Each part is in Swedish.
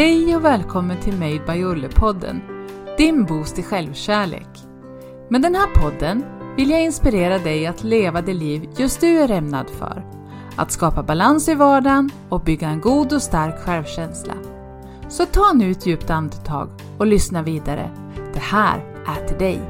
Hej och välkommen till Made by Ulle-podden, din boost i självkärlek. Med den här podden vill jag inspirera dig att leva det liv just du är ämnad för. Att skapa balans i vardagen och bygga en god och stark självkänsla. Så ta nu ett djupt andetag och lyssna vidare. Det här är till dig.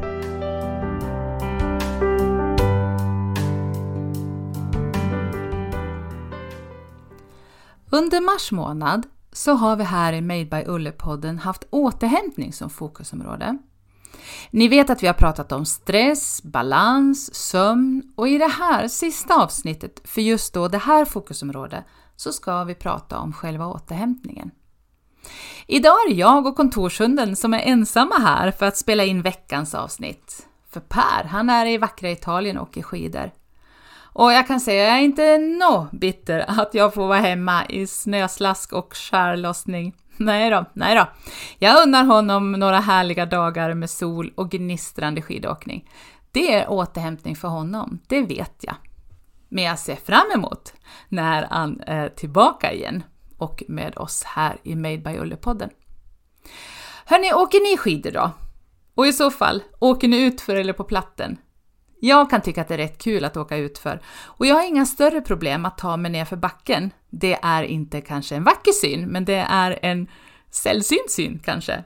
Under mars månad så har vi här i Made by Ulle-podden haft återhämtning som fokusområde. Ni vet att vi har pratat om stress, balans, sömn och i det här sista avsnittet för just då det här fokusområdet så ska vi prata om själva återhämtningen. Idag är det jag och kontorshunden som är ensamma här för att spela in veckans avsnitt. För Per, han är i vackra Italien och åker skidor. Och jag kan säga, jag är inte bitter att jag får vara hemma i snöslask och skärlossning. Nej då. Jag unnar honom några härliga dagar med sol och gnistrande skidåkning. Det är återhämtning för honom, det vet jag. Men jag ser fram emot när han är tillbaka igen och med oss här i Made by Ulle-podden. Hörrni, åker ni skidor då? Och i så fall, åker ni utför eller på platten? Jag kan tycka att det är rätt kul att åka utför och jag har inga större problem att ta mig ner för backen. Det är inte kanske en vacker syn, men det är en sällsynt syn kanske.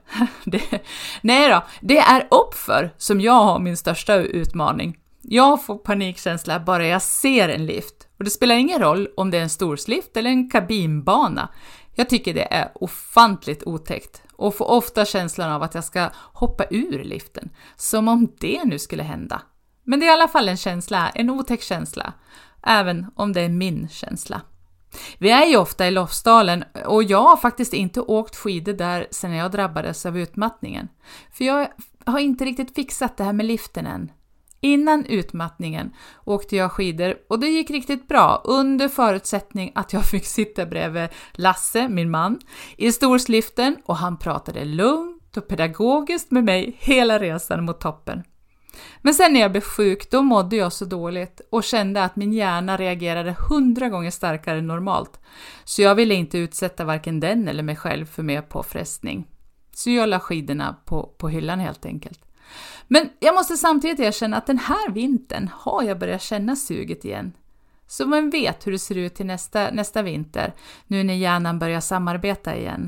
Det är uppför som jag har min största utmaning. Jag får panikkänsla bara jag ser en lift och det spelar ingen roll om det är en storslift eller en kabinbana. Jag tycker det är ofantligt otäckt och får ofta känslan av att jag ska hoppa ur liften, som om det nu skulle hända. Men det är i alla fall en känsla, en otäck känsla, även om det är min känsla. Vi är ju ofta i Lofsdalen och jag har faktiskt inte åkt skidor där sedan jag drabbades av utmattningen. För jag har inte riktigt fixat det här med liften än. Innan utmattningen åkte jag skidor och det gick riktigt bra under förutsättning att jag fick sitta bredvid Lasse, min man, i storsliften och han pratade lugnt och pedagogiskt med mig hela resan mot toppen. Men sen när jag blev sjuk då mådde jag så dåligt och kände att min hjärna reagerade 100 gånger starkare än normalt. Så jag ville inte utsätta varken den eller mig själv för mer påfrestning. Så jag la skidorna på hyllan helt enkelt. Men jag måste samtidigt erkänna att den här vintern har jag börjat känna suget igen. Så man vet hur det ser ut till nästa vinter nu när hjärnan börjar samarbeta igen.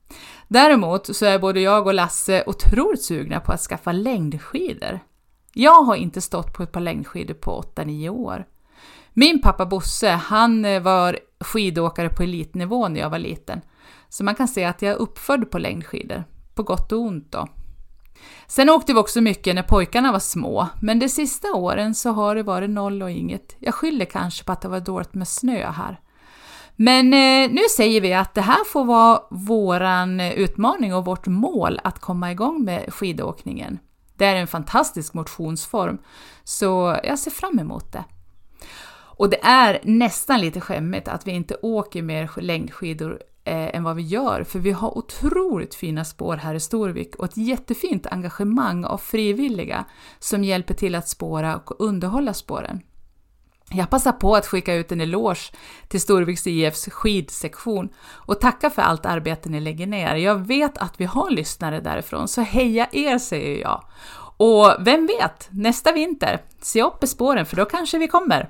Däremot så är både jag och Lasse otroligt sugna på att skaffa längdskidor. Jag har inte stått på ett par längdskidor på 8-9 år. Min pappa Bosse, han var skidåkare på elitnivå när jag var liten. Så man kan säga att jag är uppfödd på längdskidor, på gott och ont då. Sen åkte vi också mycket när pojkarna var små, men de sista åren så har det varit noll och inget. Jag skyller kanske på att det var dåligt med snö här. Men nu säger vi att det här får vara våran utmaning och vårt mål att komma igång med skidåkningen. Det är en fantastisk motionsform, så jag ser fram emot det. Och det är nästan lite skämmigt att vi inte åker mer längdskidor än vad vi gör. För vi har otroligt fina spår här i Storvik och ett jättefint engagemang av frivilliga som hjälper till att spåra och underhålla spåren. Jag passar på att skicka ut en eloge till Storviks IFs skidsektion och tacka för allt arbete ni lägger ner. Jag vet att vi har lyssnare därifrån, så heja er, säger jag. Och vem vet, nästa vinter, se upp i spåren för då kanske vi kommer.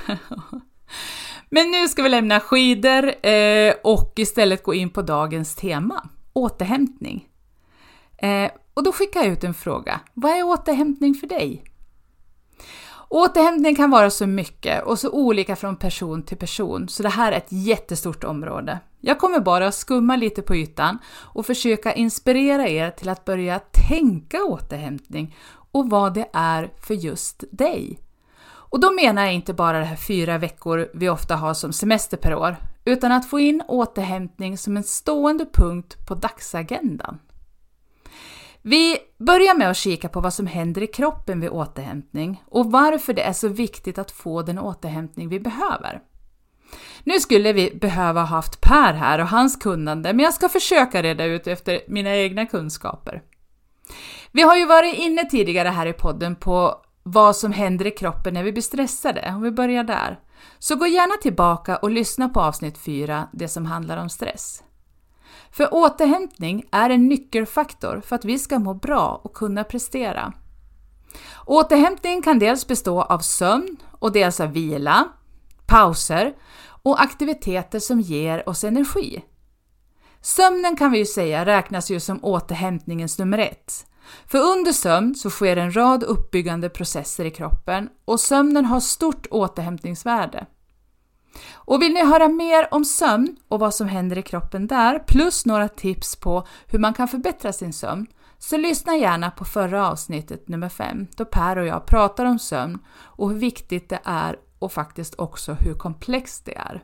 Men nu ska vi lämna skidor och istället gå in på dagens tema, återhämtning. Och då skickar jag ut en fråga. Vad är återhämtning för dig? Återhämtning kan vara så mycket och så olika från person till person, så det här är ett jättestort område. Jag kommer bara att skumma lite på ytan och försöka inspirera er till att börja tänka återhämtning och vad det är för just dig. Och då menar jag inte bara det här 4 veckor vi ofta har som semester per år, utan att få in återhämtning som en stående punkt på dagsagendan. Vi börjar med att kika på vad som händer i kroppen vid återhämtning och varför det är så viktigt att få den återhämtning vi behöver. Nu skulle vi behöva haft Per här och hans kunnande, men jag ska försöka reda ut efter mina egna kunskaper. Vi har ju varit inne tidigare här i podden på vad som händer i kroppen när vi blir stressade, om vi börjar där. Så gå gärna tillbaka och lyssna på avsnitt 4, det som handlar om stress. För återhämtning är en nyckelfaktor för att vi ska må bra och kunna prestera. Återhämtning kan dels bestå av sömn och dels av vila, pauser och aktiviteter som ger oss energi. Sömnen kan vi ju säga räknas ju som återhämtningens nummer 1. För under sömn så sker en rad uppbyggande processer i kroppen och sömnen har stort återhämtningsvärde. Och vill ni höra mer om sömn och vad som händer i kroppen där plus några tips på hur man kan förbättra sin sömn så lyssna gärna på förra avsnittet nummer 5 då Per och jag pratar om sömn och hur viktigt det är och faktiskt också hur komplext det är.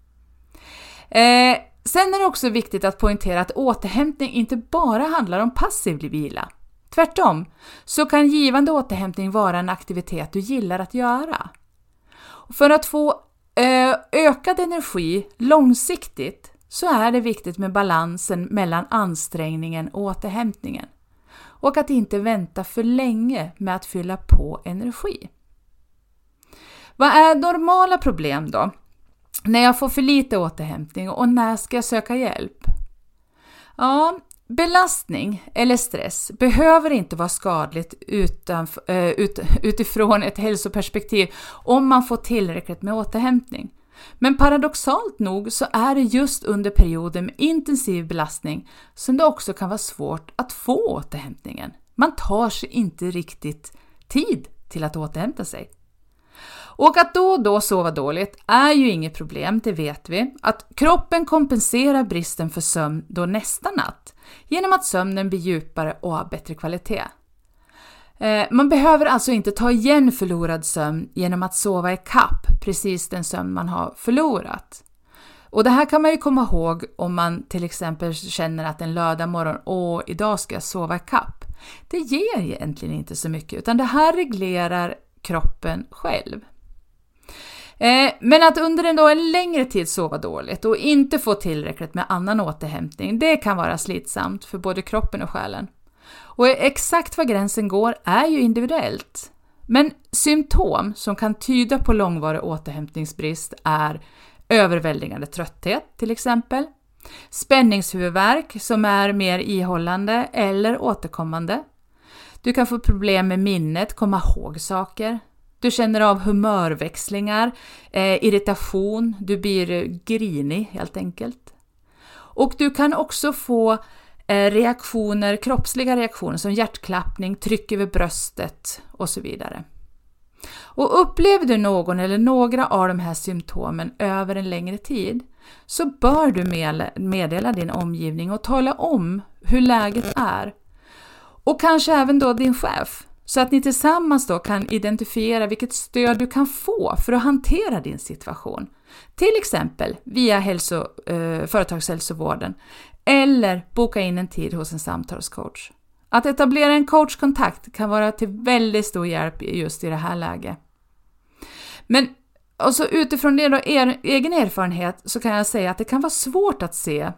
Sen är det också viktigt att poängtera att återhämtning inte bara handlar om passiv vila. Tvärtom så kan givande återhämtning vara en aktivitet du gillar att göra. För att få ökad energi långsiktigt så är det viktigt med balansen mellan ansträngningen och återhämtningen. Och att inte vänta för länge med att fylla på energi. Vad är normala problem då? När jag får för lite återhämtning och när ska jag söka hjälp? Ja, belastning eller stress behöver inte vara skadligt utifrån ett hälsoperspektiv om man får tillräckligt med återhämtning. Men paradoxalt nog så är det just under perioder med intensiv belastning som det också kan vara svårt att få återhämtningen. Man tar sig inte riktigt tid till att återhämta sig. Och att då och då sova dåligt är ju inget problem, det vet vi. Att kroppen kompenserar bristen för sömn då nästa natt genom att sömnen blir djupare och har bättre kvalitet. Man behöver alltså inte ta igen förlorad sömn genom att sova i kapp precis den sömn man har förlorat. Och det här kan man ju komma ihåg om man till exempel känner att en lördag morgon, idag ska jag sova i kapp. Det ger egentligen inte så mycket utan det här reglerar kroppen själv. Men att under en längre tid sova dåligt och inte få tillräckligt med annan återhämtning, det kan vara slitsamt för både kroppen och själen. Och exakt var gränsen går är ju individuellt. Men symptom som kan tyda på långvarig återhämtningsbrist är överväldigande trötthet till exempel, spänningshuvudvärk som är mer ihållande eller återkommande. Du kan få problem med minnet, komma ihåg saker. Du känner av humörväxlingar, irritation, du blir grinig helt enkelt. Och du kan också få kroppsliga reaktioner som hjärtklappning, tryck över bröstet och så vidare. Och upplever du någon eller några av de här symptomen över en längre tid så bör du meddela din omgivning och tala om hur läget är. Och kanske även då din chef. Så att ni tillsammans då kan identifiera vilket stöd du kan få för att hantera din situation. Till exempel via företagshälsovården eller boka in en tid hos en samtalscoach. Att etablera en coachkontakt kan vara till väldigt stor hjälp just i det här läget. Men också utifrån det då egen erfarenhet så kan jag säga att det kan vara svårt att se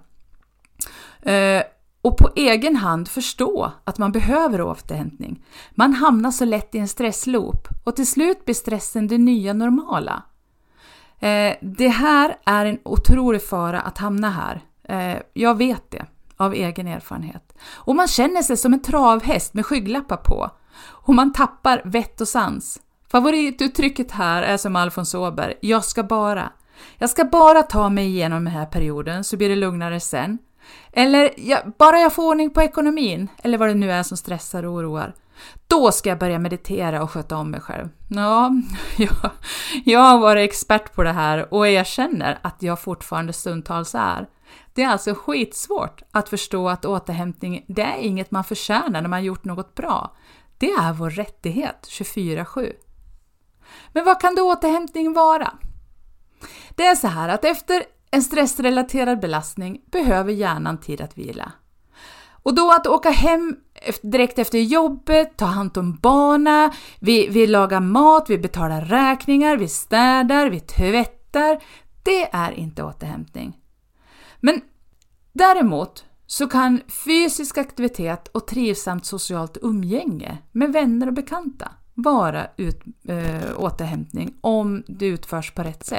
och på egen hand förstå att man behöver återhämtning. Man hamnar så lätt i en stressloop och till slut blir stressen det nya normala. Det här är en otrolig fara att hamna här. Jag vet det av egen erfarenhet. Och man känner sig som en travhäst med skygglappar på. Och man tappar vett och sans. Favorituttrycket här är som Alfons Åberg. Jag ska bara ta mig igenom den här perioden så blir det lugnare sen. Eller bara jag får ordning på ekonomin. Eller vad det nu är som stressar och oroar. Då ska jag börja meditera och sköta om mig själv. Ja, jag har varit expert på det här och erkänner att jag fortfarande stundtals är. Det är alltså skitsvårt att förstå att återhämtning, det är inget man förtjänar när man gjort något bra. Det är vår rättighet 24/7. Men vad kan då återhämtning vara? Det är så här att efter en stressrelaterad belastning behöver hjärnan tid att vila. Och då att åka hem direkt efter jobbet, ta hand om barnen, vi lagar mat, vi betalar räkningar, vi städar, vi tvättar. Det är inte återhämtning. Men däremot så kan fysisk aktivitet och trivsamt socialt umgänge med vänner och bekanta vara återhämtning om det utförs på rätt sätt.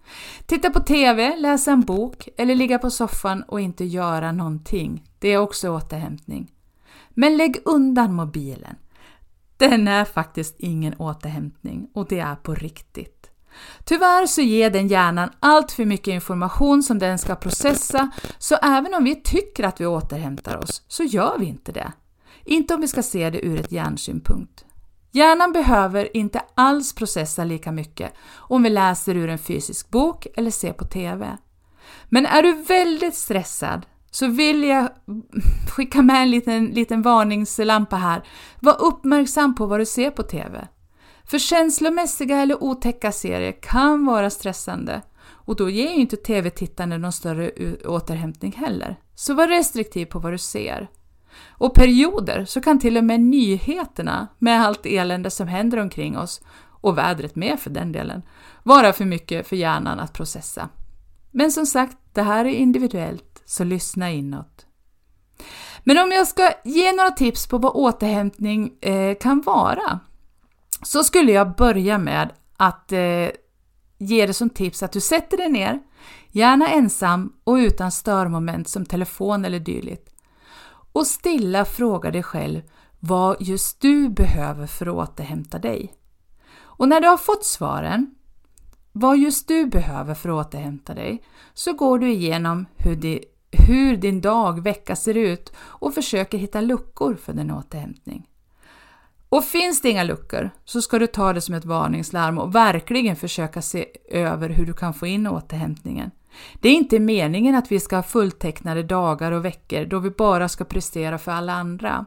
Titta på TV, läsa en bok eller ligga på soffan och inte göra någonting. Det är också återhämtning. Men lägg undan mobilen. Den är faktiskt ingen återhämtning och det är på riktigt. Tyvärr så ger den hjärnan allt för mycket information som den ska processa, så även om vi tycker att vi återhämtar oss så gör vi inte det. Inte om vi ska se det ur ett hjärnsynpunkt. Hjärnan behöver inte alls processa lika mycket om vi läser ur en fysisk bok eller ser på TV. Men är du väldigt stressad så vill jag skicka med en liten varningslampa här. Var uppmärksam på vad du ser på TV. För känslomässiga eller otäcka serier kan vara stressande och då ger ju inte TV-tittande någon större återhämtning heller. Så var restriktiv på vad du ser. Och perioder så kan till och med nyheterna med allt elände som händer omkring oss och vädret med för den delen vara för mycket för hjärnan att processa. Men som sagt, det här är individuellt, så lyssna inåt. Men om jag ska ge några tips på vad återhämtning kan vara, så skulle jag börja med att ge det som tips att du sätter dig ner, gärna ensam och utan störmoment som telefon eller dylikt. Och stilla fråga dig själv vad just du behöver för att återhämta dig. Och när du har fått svaren, vad just du behöver för att återhämta dig, så går du igenom hur din vecka ser ut och försöker hitta luckor för din återhämtning. Och finns det inga luckor så ska du ta det som ett varningslarm och verkligen försöka se över hur du kan få in återhämtningen. Det är inte meningen att vi ska ha fulltecknade dagar och veckor då vi bara ska prestera för alla andra.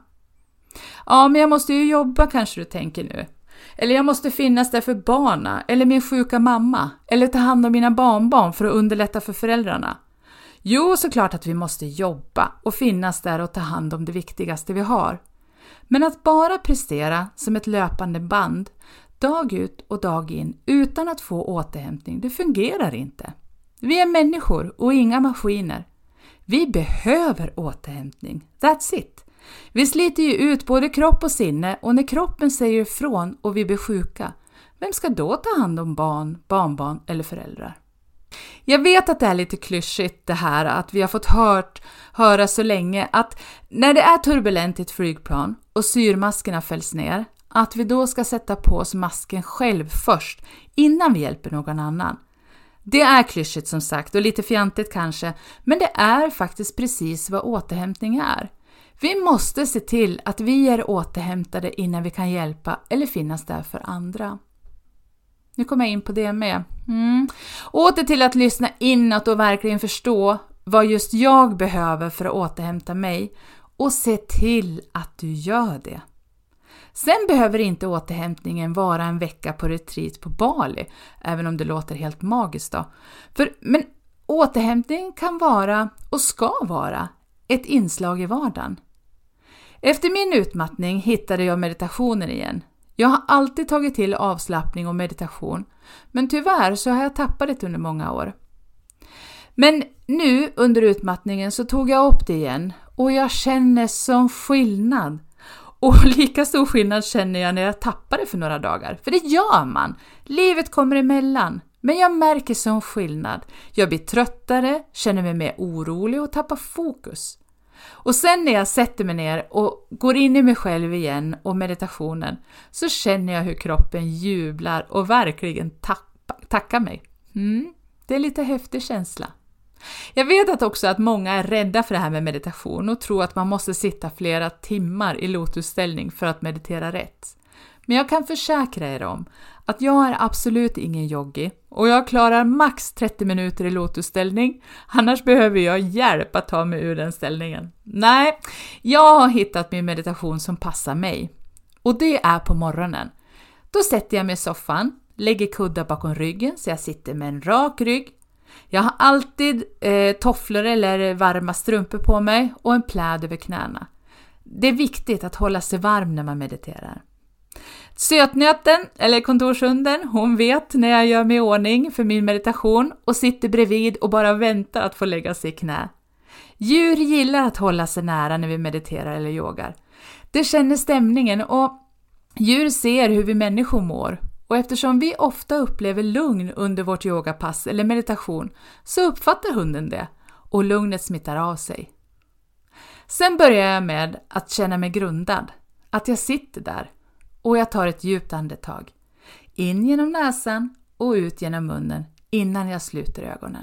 Ja, men jag måste ju jobba, kanske du tänker nu. Eller jag måste finnas där för barna eller min sjuka mamma eller ta hand om mina barnbarn för att underlätta för föräldrarna. Jo, såklart att vi måste jobba och finnas där och ta hand om det viktigaste vi har. Men att bara prestera som ett löpande band, dag ut och dag in, utan att få återhämtning, det fungerar inte. Vi är människor och inga maskiner. Vi behöver återhämtning. That's it. Vi sliter ju ut både kropp och sinne, och när kroppen säger ifrån och vi blir sjuka, vem ska då ta hand om barn, barnbarn eller föräldrar? Jag vet att det är lite klyschigt det här att vi har fått höra så länge att när det är turbulent i ett flygplan och syrmaskerna fälls ner, att vi då ska sätta på oss masken själv först innan vi hjälper någon annan. Det är klyschigt som sagt och lite fjantigt kanske, men det är faktiskt precis vad återhämtning är. Vi måste se till att vi är återhämtade innan vi kan hjälpa eller finnas där för andra. Nu kommer jag in på det med. Åter till att lyssna inåt och verkligen förstå vad just jag behöver för att återhämta mig och se till att du gör det. Sen behöver inte återhämtningen vara en vecka på retreat på Bali, även om det låter helt magiskt då. Men återhämtning kan vara och ska vara ett inslag i vardagen. Efter min utmattning hittade jag meditationen igen. Jag har alltid tagit till avslappning och meditation, men tyvärr så har jag tappat det under många år. Men nu under utmattningen så tog jag upp det igen och jag känner sån skillnad. Och lika stor skillnad känner jag när jag tappar det för några dagar. För det gör man. Livet kommer emellan. Men jag märker sån skillnad. Jag blir tröttare, känner mig mer orolig och tappar fokus. Och sen när jag sätter mig ner och går in i mig själv igen och meditationen, så känner jag hur kroppen jublar och verkligen tackar mig. Det är lite häftig känsla. Jag vet att många är rädda för det här med meditation och tror att man måste sitta flera timmar i lotusställning för att meditera rätt. Men jag kan försäkra er om att jag är absolut ingen yogi och jag klarar max 30 minuter i lotusställning, annars behöver jag hjälp att ta mig ur den ställningen. Nej, jag har hittat min meditation som passar mig och det är på morgonen. Då sätter jag mig i soffan, lägger kuddar bakom ryggen så jag sitter med en rak rygg. Jag har alltid tofflor eller varma strumpor på mig och en pläd över knäna. Det är viktigt att hålla sig varm när man mediterar. Sötnöten eller kontorshunden, hon vet när jag gör mig i ordning för min meditation och sitter bredvid och bara väntar att få lägga sig i knä. Djur gillar att hålla sig nära när vi mediterar eller yogar. Det känner stämningen och djur ser hur vi människor mår Och eftersom vi ofta upplever lugn under vårt yogapass eller meditation så uppfattar hunden det och lugnet smittar av sig. Sen börjar jag med att känna mig grundad, att jag sitter där och jag tar ett djupt andetag. In genom näsan och ut genom munnen innan jag sluter ögonen.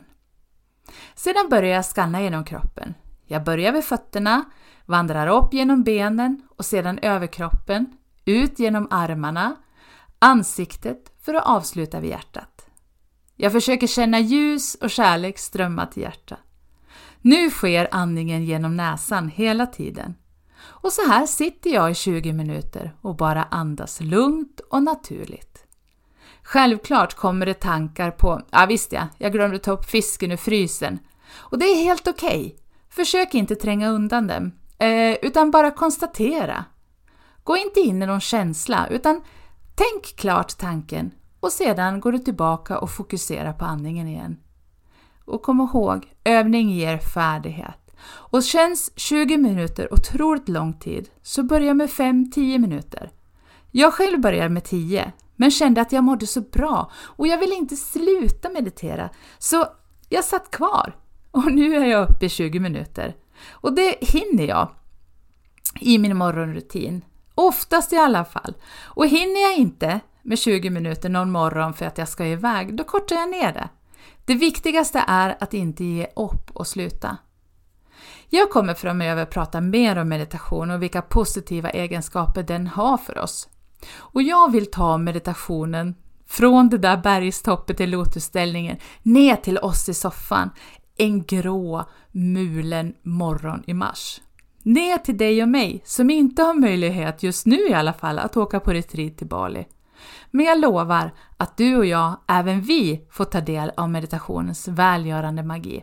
Sedan börjar jag skanna genom kroppen. Jag börjar vid fötterna, vandrar upp genom benen och sedan över kroppen, ut genom armarna, ansiktet för att avsluta vid hjärtat. Jag försöker känna ljus och kärlek strömma till hjärtat. Nu sker andningen genom näsan hela tiden. Och så här sitter jag i 20 minuter och bara andas lugnt och naturligt. Självklart kommer det tankar på, jag glömde ta upp fisken ur frysen. Och det är helt okej. Försök inte tränga undan dem, utan bara konstatera. Gå inte in i någon känsla, utan tänk klart tanken och sedan går du tillbaka och fokuserar på andningen igen. Och kom ihåg, övning ger färdighet. Och känns 20 minuter otroligt lång tid så börja med 5-10 minuter. Jag själv började med 10 men kände att jag mådde så bra och jag ville inte sluta meditera så jag satt kvar. Och nu är jag uppe i 20 minuter. Och det hinner jag i min morgonrutin. Oftast i alla fall. Och hinner jag inte med 20 minuter någon morgon för att jag ska iväg, då kortar jag ner det. Det viktigaste är att inte ge upp och sluta. Jag kommer framöver prata mer om meditation och vilka positiva egenskaper den har för oss. Och jag vill ta meditationen från det där bergstoppet till lotusställningen ner till oss i soffan en grå, mulen morgon i mars. Ner till dig och mig som inte har möjlighet just nu i alla fall att åka på retreat till Bali. Men jag lovar att du och jag, även vi, får ta del av meditationens välgörande magi.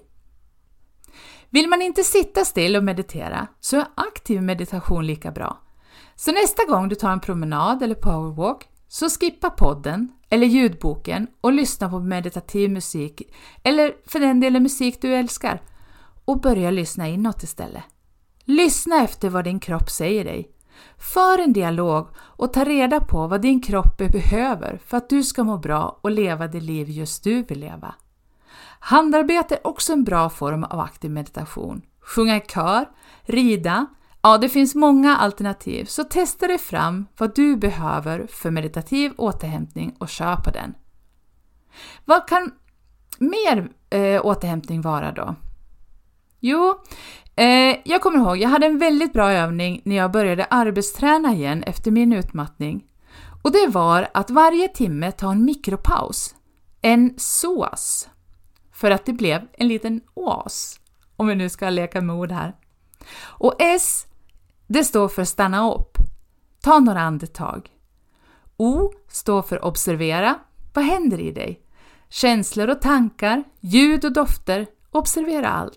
Vill man inte sitta still och meditera så är aktiv meditation lika bra. Så nästa gång du tar en promenad eller powerwalk så skippa podden eller ljudboken och lyssna på meditativ musik eller för den delen musik du älskar och börja lyssna inåt istället. Lyssna efter vad din kropp säger dig. För en dialog och ta reda på vad din kropp behöver för att du ska må bra och leva det liv just du vill leva. Handarbete är också en bra form av aktiv meditation. Sjunga i kör, rida, det finns många alternativ så testa dig fram vad du behöver för meditativ återhämtning och kör på den. Vad kan mer återhämtning vara då? Jo, jag kommer ihåg, jag hade en väldigt bra övning när jag började arbetsträna igen efter min utmattning. Och det var att varje timme ta en mikropaus, en sås, för att det blev en liten oas, om vi nu ska leka med ord här. Och S, det står för stanna upp, ta några andetag. O står för observera, vad händer i dig? Känslor och tankar, ljud och dofter, observera allt.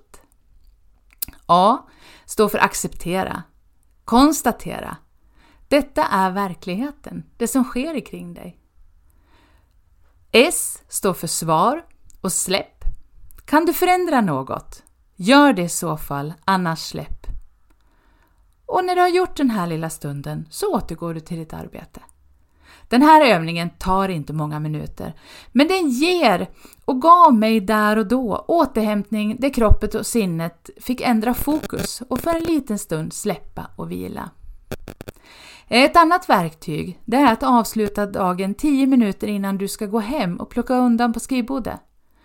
A står för acceptera, konstatera. Detta är verkligheten, det som sker kring dig. S står för svar och släpp. Kan du förändra något? Gör det i så fall, annars släpp. Och när du har gjort den här lilla stunden så återgår du till ditt arbete. Den här övningen tar inte många minuter, men den ger och gav mig där och då återhämtning där kroppen och sinnet fick ändra fokus och för en liten stund släppa och vila. Ett annat verktyg det är att avsluta dagen 10 minuter innan du ska gå hem och plocka undan på skrivbordet.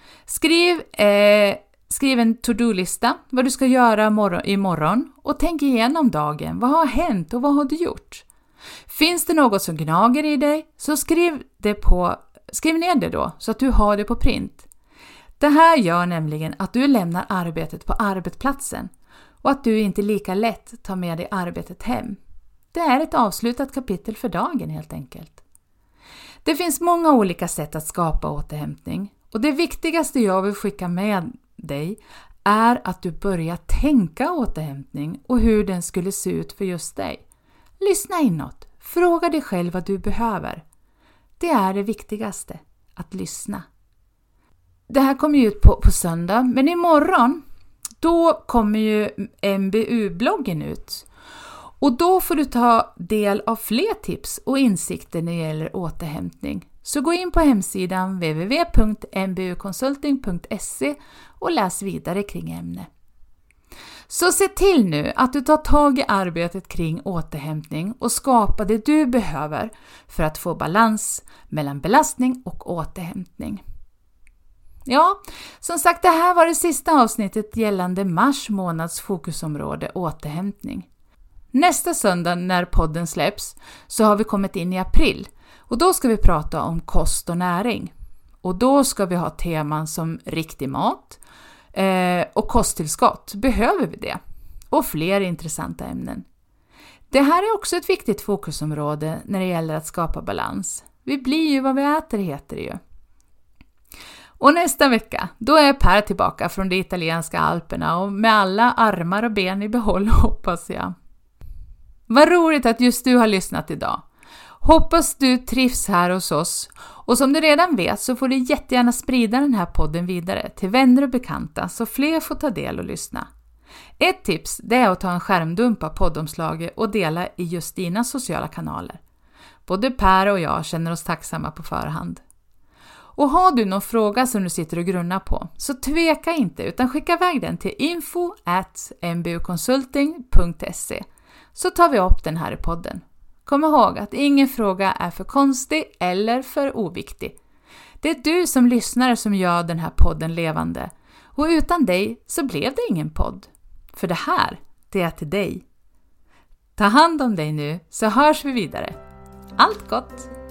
Skriv en to-do-lista vad du ska göra imorgon och tänk igenom dagen. Vad har hänt och vad har du gjort? Finns det något som gnager i dig så skriv ner det då så att du har det på print. Det här gör nämligen att du lämnar arbetet på arbetsplatsen och att du inte lika lätt tar med dig arbetet hem. Det är ett avslutat kapitel för dagen helt enkelt. Det finns många olika sätt att skapa återhämtning och det viktigaste jag vill skicka med dig är att du börjar tänka återhämtning och hur den skulle se ut för just dig. Lyssna inåt. Fråga dig själv vad du behöver. Det är det viktigaste, att lyssna. Det här kommer ju ut på söndag, men imorgon då kommer ju MBU-bloggen ut. Och då får du ta del av fler tips och insikter när det gäller återhämtning. Så gå in på hemsidan www.mbuconsulting.se och läs vidare kring ämnet. Så se till nu att du tar tag i arbetet kring återhämtning och skapa det du behöver för att få balans mellan belastning och återhämtning. Ja, som sagt, det här var det sista avsnittet gällande mars månads fokusområde återhämtning. Nästa söndag när podden släpps så har vi kommit in i april och då ska vi prata om kost och näring. Och då ska vi ha teman som riktig mat och kosttillskott. Behöver vi det? Och fler intressanta ämnen. Det här är också ett viktigt fokusområde när det gäller att skapa balans. Vi blir ju vad vi äter, heter det ju. Och nästa vecka, då är Per tillbaka från de italienska alperna och med alla armar och ben i behåll, hoppas jag. Vad roligt att just du har lyssnat idag. Hoppas du trivs här hos oss. Och som du redan vet så får du jättegärna sprida den här podden vidare till vänner och bekanta så fler får ta del och lyssna. Ett tips det är att ta en skärmdump av poddomslaget och dela i just dina sociala kanaler. Både Per och jag känner oss tacksamma på förhand. Och har du någon fråga som du sitter och grunnar på så tveka inte utan skicka iväg den till info@mbuconsulting.se så tar vi upp den här i podden. Kom ihåg att ingen fråga är för konstig eller för oviktig. Det är du som lyssnare som gör den här podden levande. Och utan dig så blev det ingen podd. För det här, det är till dig. Ta hand om dig nu så hörs vi vidare. Allt gott!